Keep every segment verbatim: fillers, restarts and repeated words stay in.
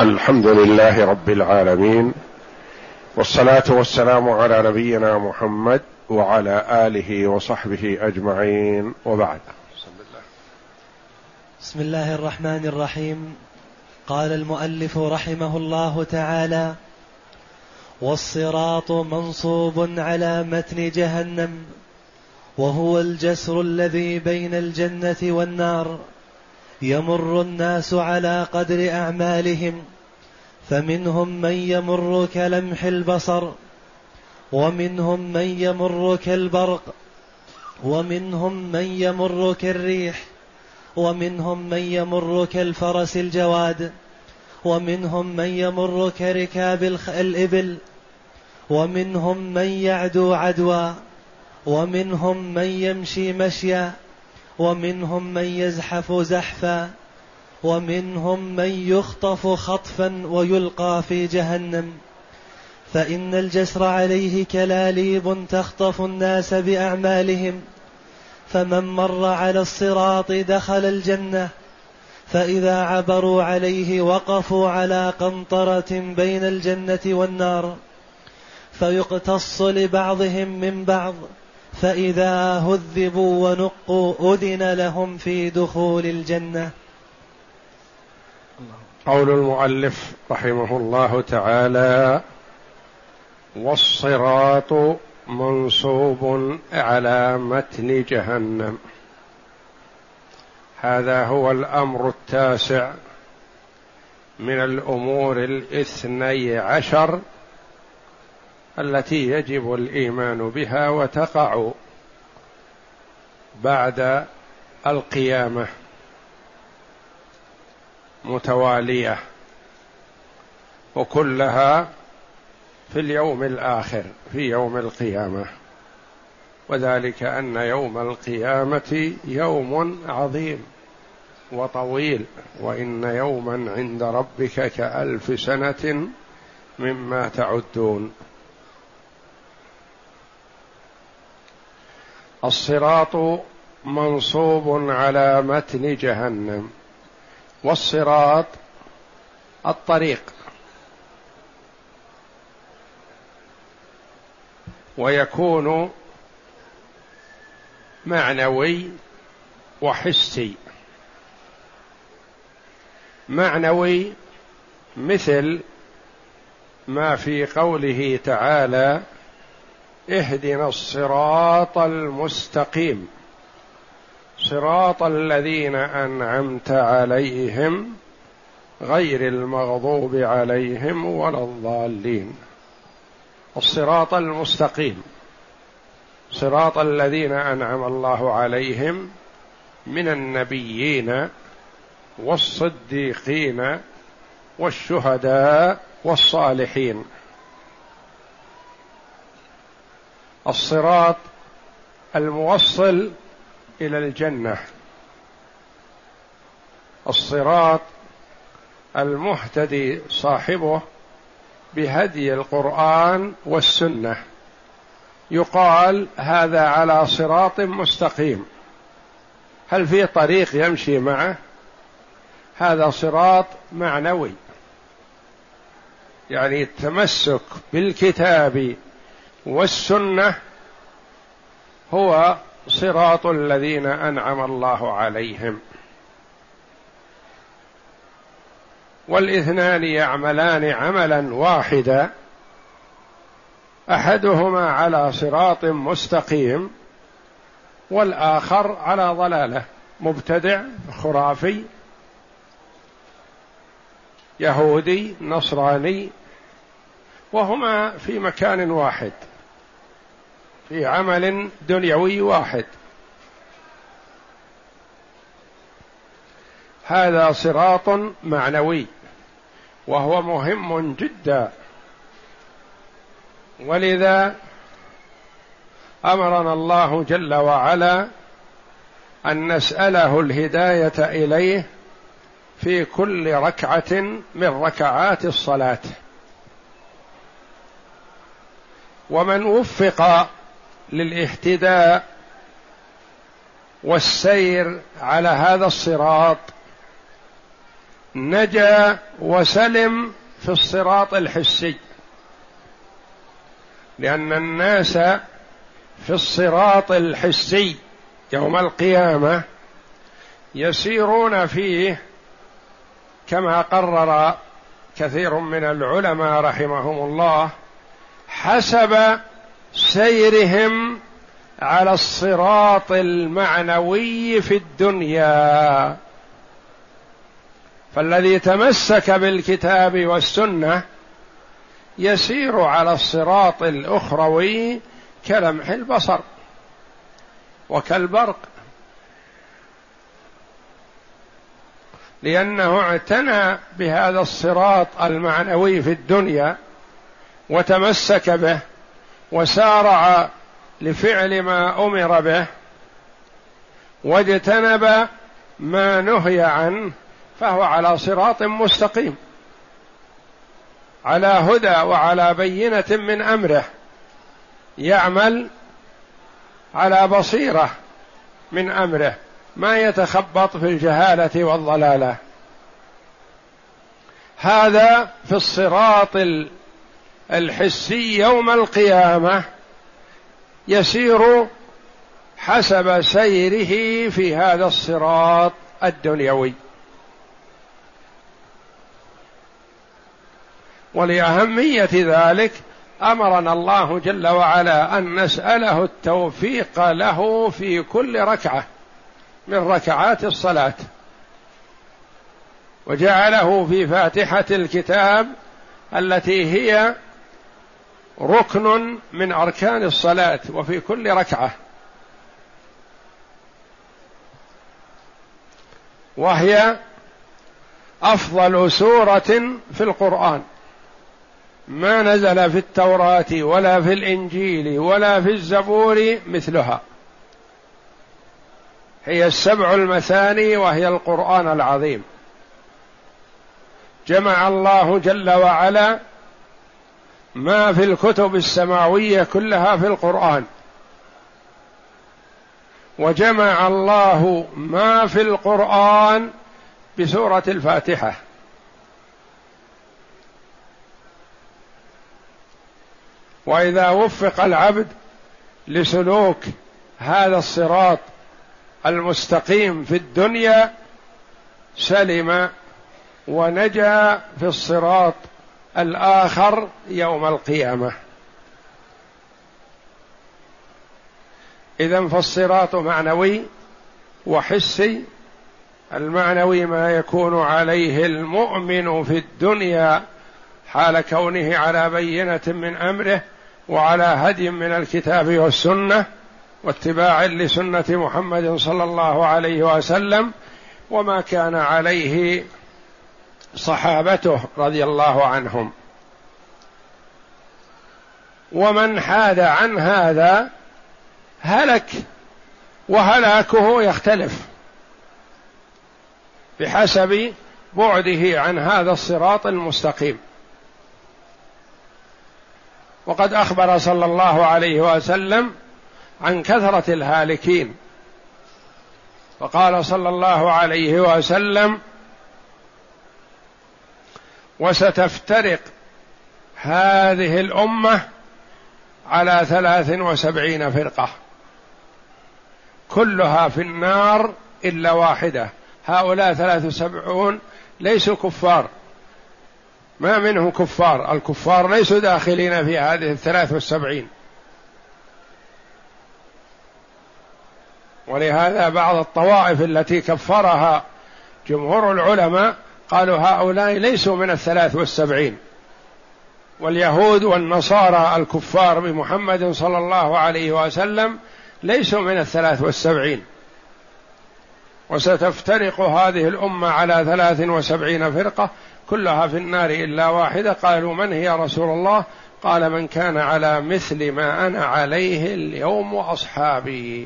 الحمد لله رب العالمين، والصلاة والسلام على نبينا محمد وعلى آله وصحبه أجمعين، وبعد. بسم الله الرحمن الرحيم. قال المؤلف رحمه الله تعالى: والصراط منصوب على متن جهنم، وهو الجسر الذي بين الجنة والنار، يمر الناس على قدر أعمالهم، فمنهم من يمر كلمح البصر، ومنهم من يمر كالبرق، ومنهم من يمر كالريح، ومنهم من يمر كالفرس الجواد، ومنهم من يمر كركاب الإبل، ومنهم من يعدو عدوا، ومنهم من يمشي مشيا، ومنهم من يزحف زحفا، ومنهم من يخطف خطفا ويلقى في جهنم، فإن الجسر عليه كلاليب تخطف الناس بأعمالهم، فمن مر على الصراط دخل الجنة، فإذا عبروا عليه وقفوا على قنطرة بين الجنة والنار، فيقتص لبعضهم من بعض، فإذا هذبوا ونقوا أذن لهم في دخول الجنة. قول المؤلف رحمه الله تعالى: والصراط منصوب على متن جهنم. هذا هو الأمر التاسع من الأمور الاثني عشر التي يجب الإيمان بها وتقع بعد القيامة متوالية، وكلها في اليوم الآخر، في يوم القيامة، وذلك أن يوم القيامة يوم عظيم وطويل، وإن يوما عند ربك كألف سنة مما تعدون. الصراط منصوب على متن جهنم، والصراط الطريق، ويكون معنوي وحسي. معنوي مثل ما في قوله تعالى: اهدنا الصراط المستقيم صراط الذين أنعمت عليهم غير المغضوب عليهم ولا الضالين. الصراط المستقيم صراط الذين أنعم الله عليهم من النبيين والصديقين والشهداء والصالحين. الصراط الموصل إلى الجنة، الصراط المهتدي صاحبه بهدي القرآن والسنة، يقال هذا على صراط مستقيم. هل في طريق يمشي معه؟ هذا صراط معنوي، يعني التمسك بالكتاب والسنة هو صراط الذين أنعم الله عليهم. والاثنان يعملان عملا واحدا، أحدهما على صراط مستقيم والآخر على ضلالة، مبتدع خرافي يهودي نصراني، وهما في مكان واحد، في عمل دنيوي واحد. هذا صراط معنوي وهو مهم جدا، ولذا أمرنا الله جل وعلا أن نسأله الهداية إليه في كل ركعة من ركعات الصلاة. ومن وفق للاهتداء والسير على هذا الصراط نجا وسلم في الصراط الحسي، لأن الناس في الصراط الحسي يوم القيامة يسيرون فيه كما قرر كثير من العلماء رحمهم الله حسب سيرهم على الصراط المعنوي في الدنيا. فالذي تمسك بالكتاب والسنة يسير على الصراط الأخروي كلمح البصر وكالبرق، لأنه اعتنى بهذا الصراط المعنوي في الدنيا وتمسك به وسارع لفعل ما أمر به واجتنب ما نهي عنه، فهو على صراط مستقيم، على هدى وعلى بينة من أمره، يعمل على بصيرة من أمره، ما يتخبط في الجهالة والضلالة. هذا في الصراط الحسي يوم القيامة يسير حسب سيره في هذا الصراط الدنيوي. ولأهمية ذلك أمرنا الله جل وعلا أن نسأله التوفيق له في كل ركعة من ركعات الصلاة، وجعله في فاتحة الكتاب التي هي ركن من أركان الصلاة وفي كل ركعة، وهي أفضل سورة في القرآن، ما نزل في التوراة ولا في الإنجيل ولا في الزبور مثلها، هي السبع المثاني وهي القرآن العظيم. جمع الله جل وعلا ما في الكتب السماوية كلها في القرآن، وجمع الله ما في القرآن بسورة الفاتحة. وإذا وفق العبد لسلوك هذا الصراط المستقيم في الدنيا سلم ونجا في الصراط الآخر يوم القيامة. إذن فالصراط معنوي وحسي. المعنوي ما يكون عليه المؤمن في الدنيا حال كونه على بينة من أمره وعلى هدي من الكتاب والسنة واتباع لسنة محمد صلى الله عليه وسلم، وما كان عليه صحابته رضي الله عنهم. ومن حاد عن هذا هلك، وهلاكه يختلف بحسب بعده عن هذا الصراط المستقيم. وقد أخبر صلى الله عليه وسلم عن كثرة الهالكين، فقال صلى الله عليه وسلم: وستفترق هذه الأمة على ثلاث وسبعين فرقة كلها في النار إلا واحدة. هؤلاء ثلاث وسبعون ليسوا كفار، ما منهم كفار، الكفار ليسوا داخلين في هذه الثلاث والسبعين. ولهذا بعض الطوائف التي كفرها جمهور العلماء قالوا هؤلاء ليسوا من الثلاث والسبعين، واليهود والنصارى الكفار بمحمد صلى الله عليه وسلم ليسوا من الثلاث والسبعين. وستفترق هذه الأمة على ثلاث وسبعين فرقة كلها في النار إلا واحدة. قالوا: من هي رسول الله؟ قال: من كان على مثل ما أنا عليه اليوم وأصحابي،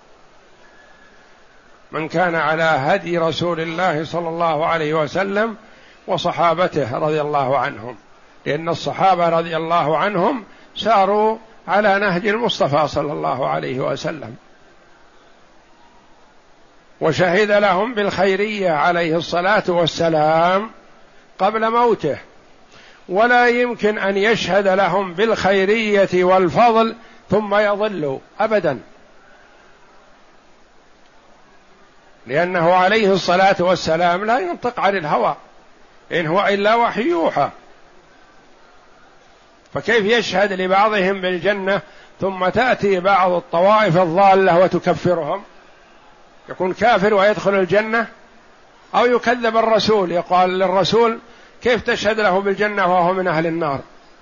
من كان على هدي رسول الله صلى الله عليه وسلم وصحابته رضي الله عنهم، لأن الصحابة رضي الله عنهم ساروا على نهج المصطفى صلى الله عليه وسلم. وشهد لهم بالخيرية عليه الصلاة والسلام قبل موته، ولا يمكن أن يشهد لهم بالخيرية والفضل ثم يضلوا أبدا، لأنه عليه الصلاة والسلام لا ينطق عن الهوى، إن هو إلا وحي يوحى، فكيف يشهد لبعضهم بالجنة ثم تأتي بعض الطوائف الضالة وتكفرهم؟ يكون كافر ويدخل الجنة، أو يكذب الرسول يقال للرسول كيف تشهد له بالجنة وهو من أهل النار؟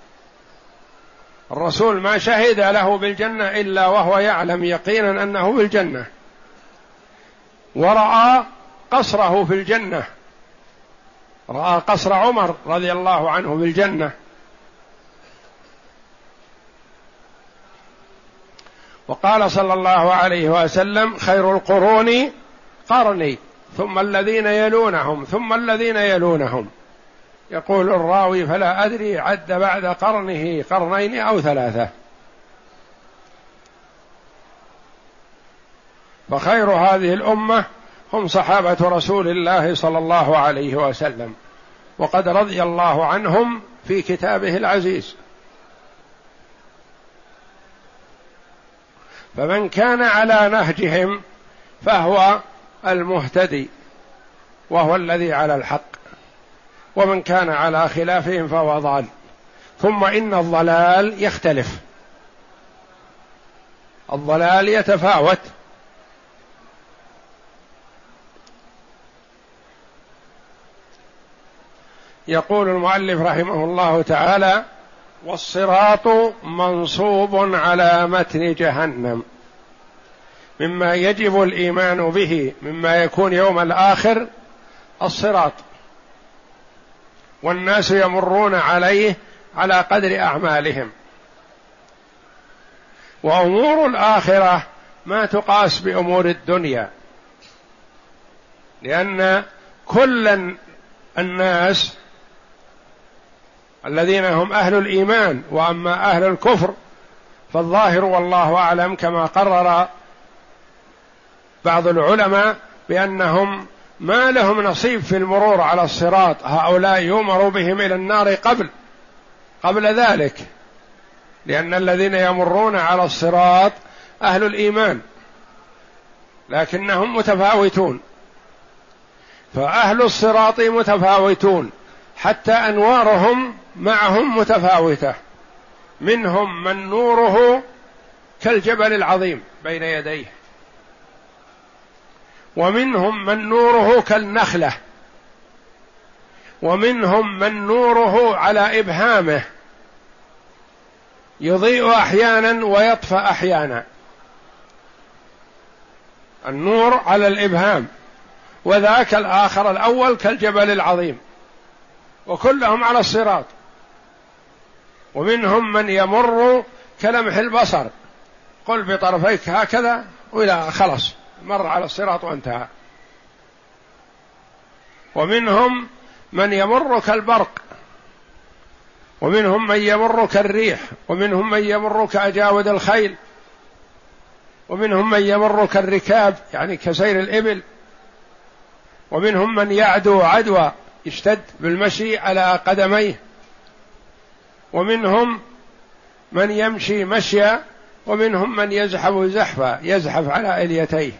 الرسول ما شهد له بالجنة إلا وهو يعلم يقينا أنه بالجنة، ورأى قصره في الجنة، رأى قصر عمر رضي الله عنه بالجنة. وقال صلى الله عليه وسلم خير القرون قرني ثم الذين يلونهم ثم الذين يلونهم. يقول الراوي فلا أدري عد بعد قرنه قرنين أو ثلاثة. فخير هذه الأمة هم صحابة رسول الله صلى الله عليه وسلم، وقد رضي الله عنهم في كتابه العزيز. فمن كان على نهجهم فهو المهتدي وهو الذي على الحق، ومن كان على خلافهم فهو ضال. ثم إن الضلال يختلف، الضلال يتفاوت. يقول المؤلف رحمه الله تعالى والصراط منصوب على متن جهنم. مما يجب الإيمان به مما يكون يوم الآخر الصراط، والناس يمرون عليه على قدر أعمالهم. وأمور الآخرة ما تقاس بأمور الدنيا، لأن كل الناس الذين هم أهل الإيمان، وأما أهل الكفر فالظاهر والله أعلم كما قرر بعض العلماء بأنهم ما لهم نصيب في المرور على الصراط، هؤلاء يؤمر بهم إلى النار قبل قبل ذلك، لأن الذين يمرون على الصراط أهل الإيمان لكنهم متفاوتون. فأهل الصراط متفاوتون حتى أنوارهم معهم متفاوتة، منهم من نوره كالجبل العظيم بين يديه، ومنهم من نوره كالنخلة، ومنهم من نوره على إبهامه يضيء أحيانا ويطفأ أحيانا، النور على الإبهام، وذاك الآخر الأول كالجبل العظيم، وكلهم على الصراط. ومنهم من يمر كلمح البصر، قل بطرفيك هكذا وإلى خلص مر على الصراط وانتهى. ومنهم من يمر كالبرق، ومنهم من يمر كالريح، ومنهم من يمر كأجاود الخيل، ومنهم من يمر كالركاب يعني كسير الإبل، ومنهم من يعدو عدوى يشتد بالمشي على قدميه، ومنهم من يمشي مشيا، ومنهم من يزحف زحفا يزحف على إليتيه.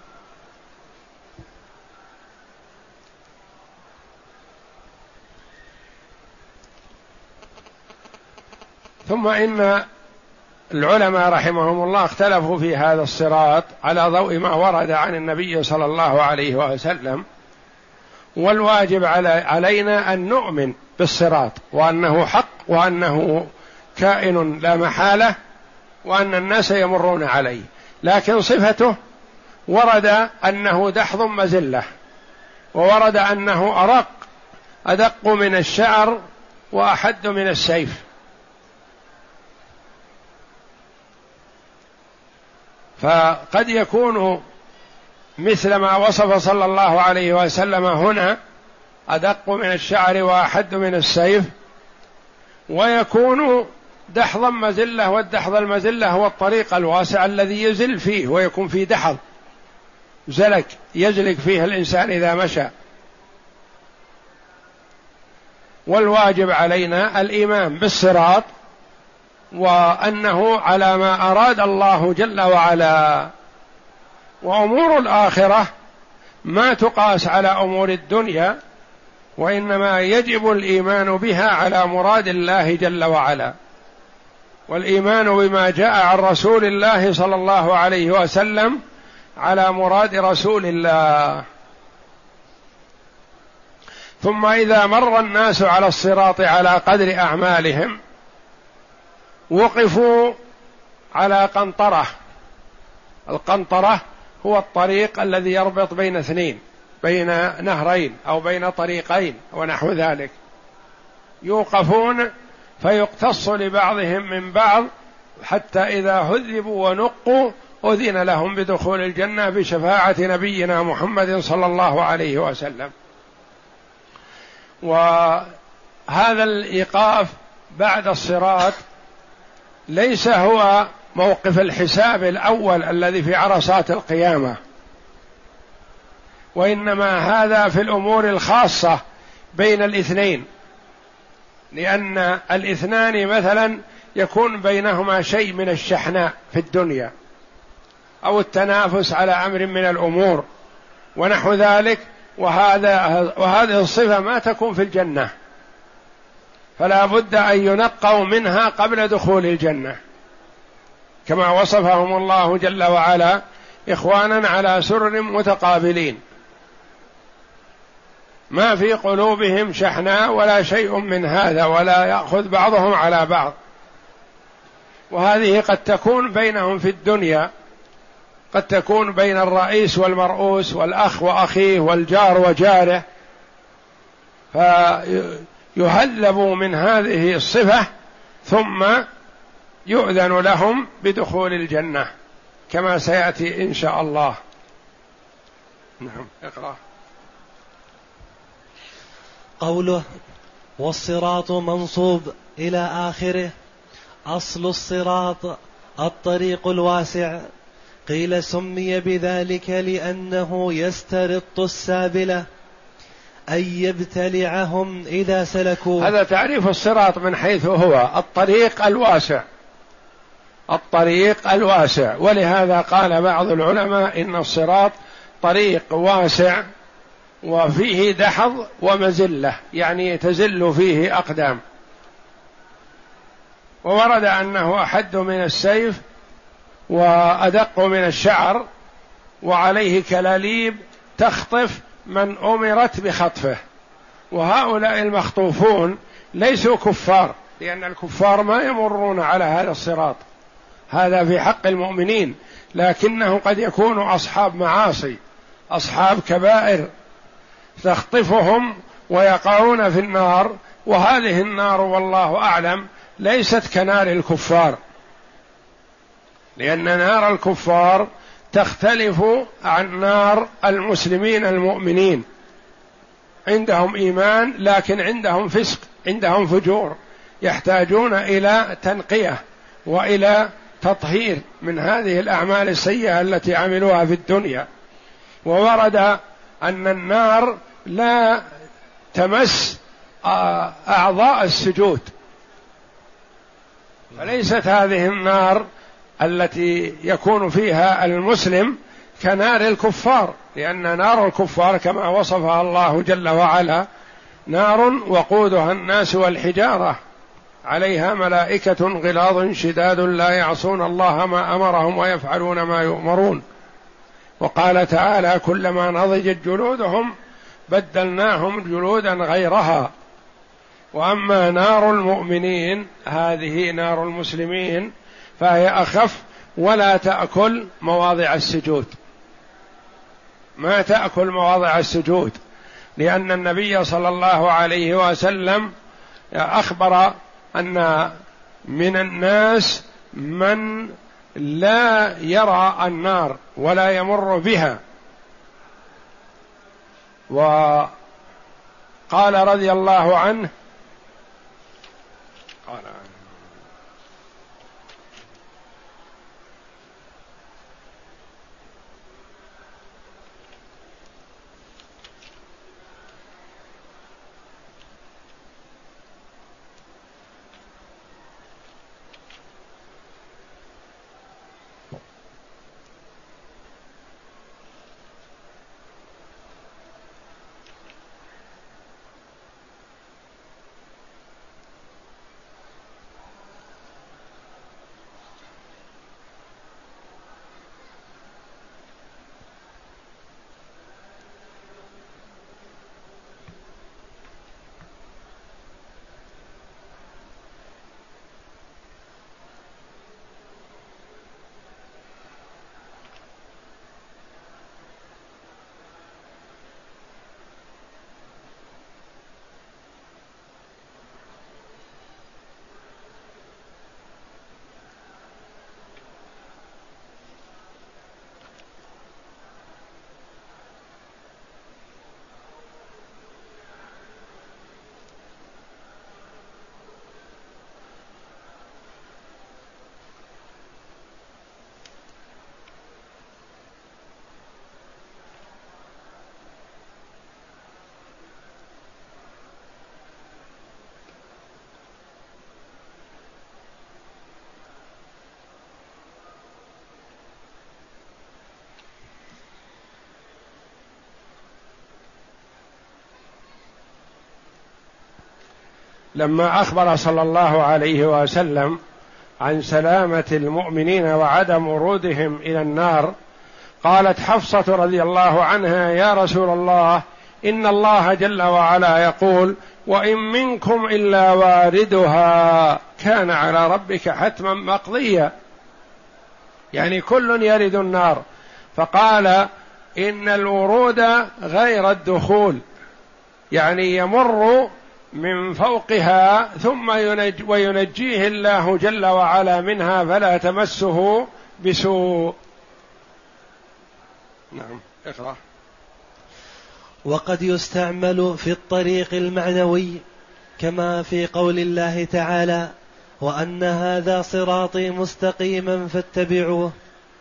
ثم إن العلماء رحمهم الله اختلفوا في هذا الصراط على ضوء ما ورد عن النبي صلى الله عليه وسلم. والواجب علينا أن نؤمن بالصراط، وأنه حق، وأنه كائن لا محالة، وأن الناس يمرون عليه. لكن صفته ورد أنه دحض مزلة، وورد أنه أرق أدق من الشعر وأحد من السيف. فقد يكون مثل ما وصف صلى الله عليه وسلم هنا أدق من الشعر وأحد من السيف، ويكون دحضا مزلة، والدحض المزلة هو الطريق الواسع الذي يزل فيه ويكون فيه دحض، زلك يزلك فيه الإنسان إذا مشى. والواجب علينا الإيمان بالصراط وأنه على ما أراد الله جل وعلا. وأمور الآخرة ما تقاس على أمور الدنيا، وإنما يجب الإيمان بها على مراد الله جل وعلا، والإيمان بما جاء عن رسول الله صلى الله عليه وسلم على مراد رسول الله. ثم إذا مر الناس على الصراط على قدر أعمالهم وقفوا على قنطرة. القنطرة هو الطريق الذي يربط بين اثنين، بين نهرين أو بين طريقين ونحو ذلك، يوقفون فيقتص لبعضهم من بعض حتى إذا هذبوا ونقوا أذن لهم بدخول الجنة بشفاعة نبينا محمد صلى الله عليه وسلم. وهذا الإيقاف بعد الصراط ليس هو موقف الحساب الأول الذي في عرصات القيامة، وإنما هذا في الأمور الخاصة بين الاثنين، لأن الاثنان مثلا يكون بينهما شيء من الشحناء في الدنيا أو التنافس على أمر من الأمور ونحو ذلك، وهذا وهذه الصفة ما تكون في الجنة، فلا بد أن ينقوا منها قبل دخول الجنة، كما وصفهم الله جل وعلا إخوانا على سرر متقابلين ما في قلوبهم شحناء ولا شيء من هذا، ولا يأخذ بعضهم على بعض. وهذه قد تكون بينهم في الدنيا، قد تكون بين الرئيس والمرؤوس والأخ وأخيه والجار وجاره، فيهذبوا من هذه الصفة ثم يؤذن لهم بدخول الجنة كما سيأتي إن شاء الله. نعم اقرأ. قوله والصراط منصوب إلى آخره. أصل الصراط الطريق الواسع، قيل سمي بذلك لأنه يسترط السابلة أن يبتلعهم إذا سلكوا. هذا تعريف الصراط من حيث هو الطريق الواسع، الطريق الواسع. ولهذا قال بعض العلماء إن الصراط طريق واسع وفيه دحض ومزلة، يعني تزل فيه أقدام، وورد أنه أحد من السيف وأدق من الشعر، وعليه كلاليب تخطف من أمرت بخطفه. وهؤلاء المخطوفون ليسوا كفار، لأن الكفار ما يمرون على هذا الصراط، هذا في حق المؤمنين، لكنه قد يكون أصحاب معاصي، أصحاب كبائر تخطفهم ويقعون في النار. وهذه النار والله أعلم ليست كنار الكفار، لأن نار الكفار تختلف عن نار المسلمين المؤمنين، عندهم إيمان لكن عندهم فسق، عندهم فجور، يحتاجون إلى تنقية وإلى تطهير من هذه الأعمال السيئة التي عملوها في الدنيا. وورد أن النار لا تمس أعضاء السجود، فليست هذه النار التي يكون فيها المسلم كنار الكفار، لأن نار الكفار كما وصفها الله جل وعلا نار وقودها الناس والحجارة عليها ملائكة غلاظ شداد لا يعصون الله ما أمرهم ويفعلون ما يؤمرون. وقال تعالى كلما نضجت جلودهم بدلناهم جلودا غيرها. وأما نار المؤمنين هذه نار المسلمين فهي أخف ولا تأكل مواضع السجود، ما تأكل مواضع السجود، لأن النبي صلى الله عليه وسلم أخبر أن من الناس من لا يرى النار ولا يمر بها. وقال رضي الله عنه قال لما أخبر صلى الله عليه وسلم عن سلامة المؤمنين وعدم ورودهم إلى النار، قالت حفصة رضي الله عنها: يا رسول الله، إن الله جل وعلا يقول: وإن منكم إلا واردها كان على ربك حتما مقضيا، يعني كل يرد النار. فقال: إن الورود غير الدخول، يعني يمر من فوقها ثم ينج وينجيه الله جل وعلا منها فلا تمسه بسوء. نعم، اقرأ. وقد يستعمل في الطريق المعنوي كما في قول الله تعالى: وأن هذا صراطي مستقيما فاتبعوه.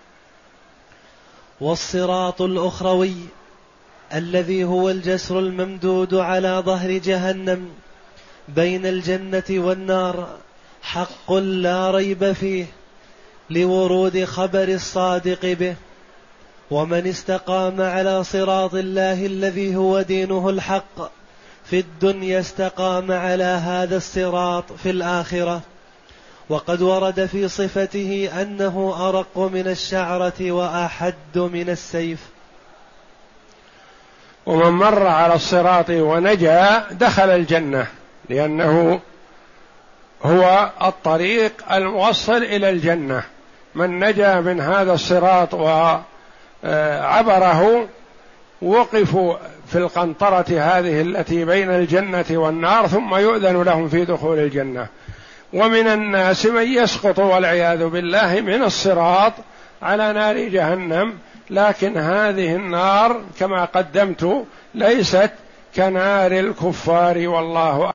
والصراط الأخروي الذي هو الجسر الممدود على ظهر جهنم بين الجنة والنار حق لا ريب فيه، لورود خبر الصادق به. ومن استقام على صراط الله الذي هو دينه الحق في الدنيا استقام على هذا الصراط في الآخرة. وقد ورد في صفته أنه أرق من الشعرة وأحد من السيف. ومن مر على الصراط ونجا دخل الجنة، لأنه هو الطريق الموصل إلى الجنة. من نجا من هذا الصراط وعبره وقفوا في القنطرة هذه التي بين الجنة والنار، ثم يؤذن لهم في دخول الجنة. ومن الناس من يسقط والعياذ بالله من الصراط على نار جهنم، لكن هذه النار كما قدمت ليست كنار الكفار، والله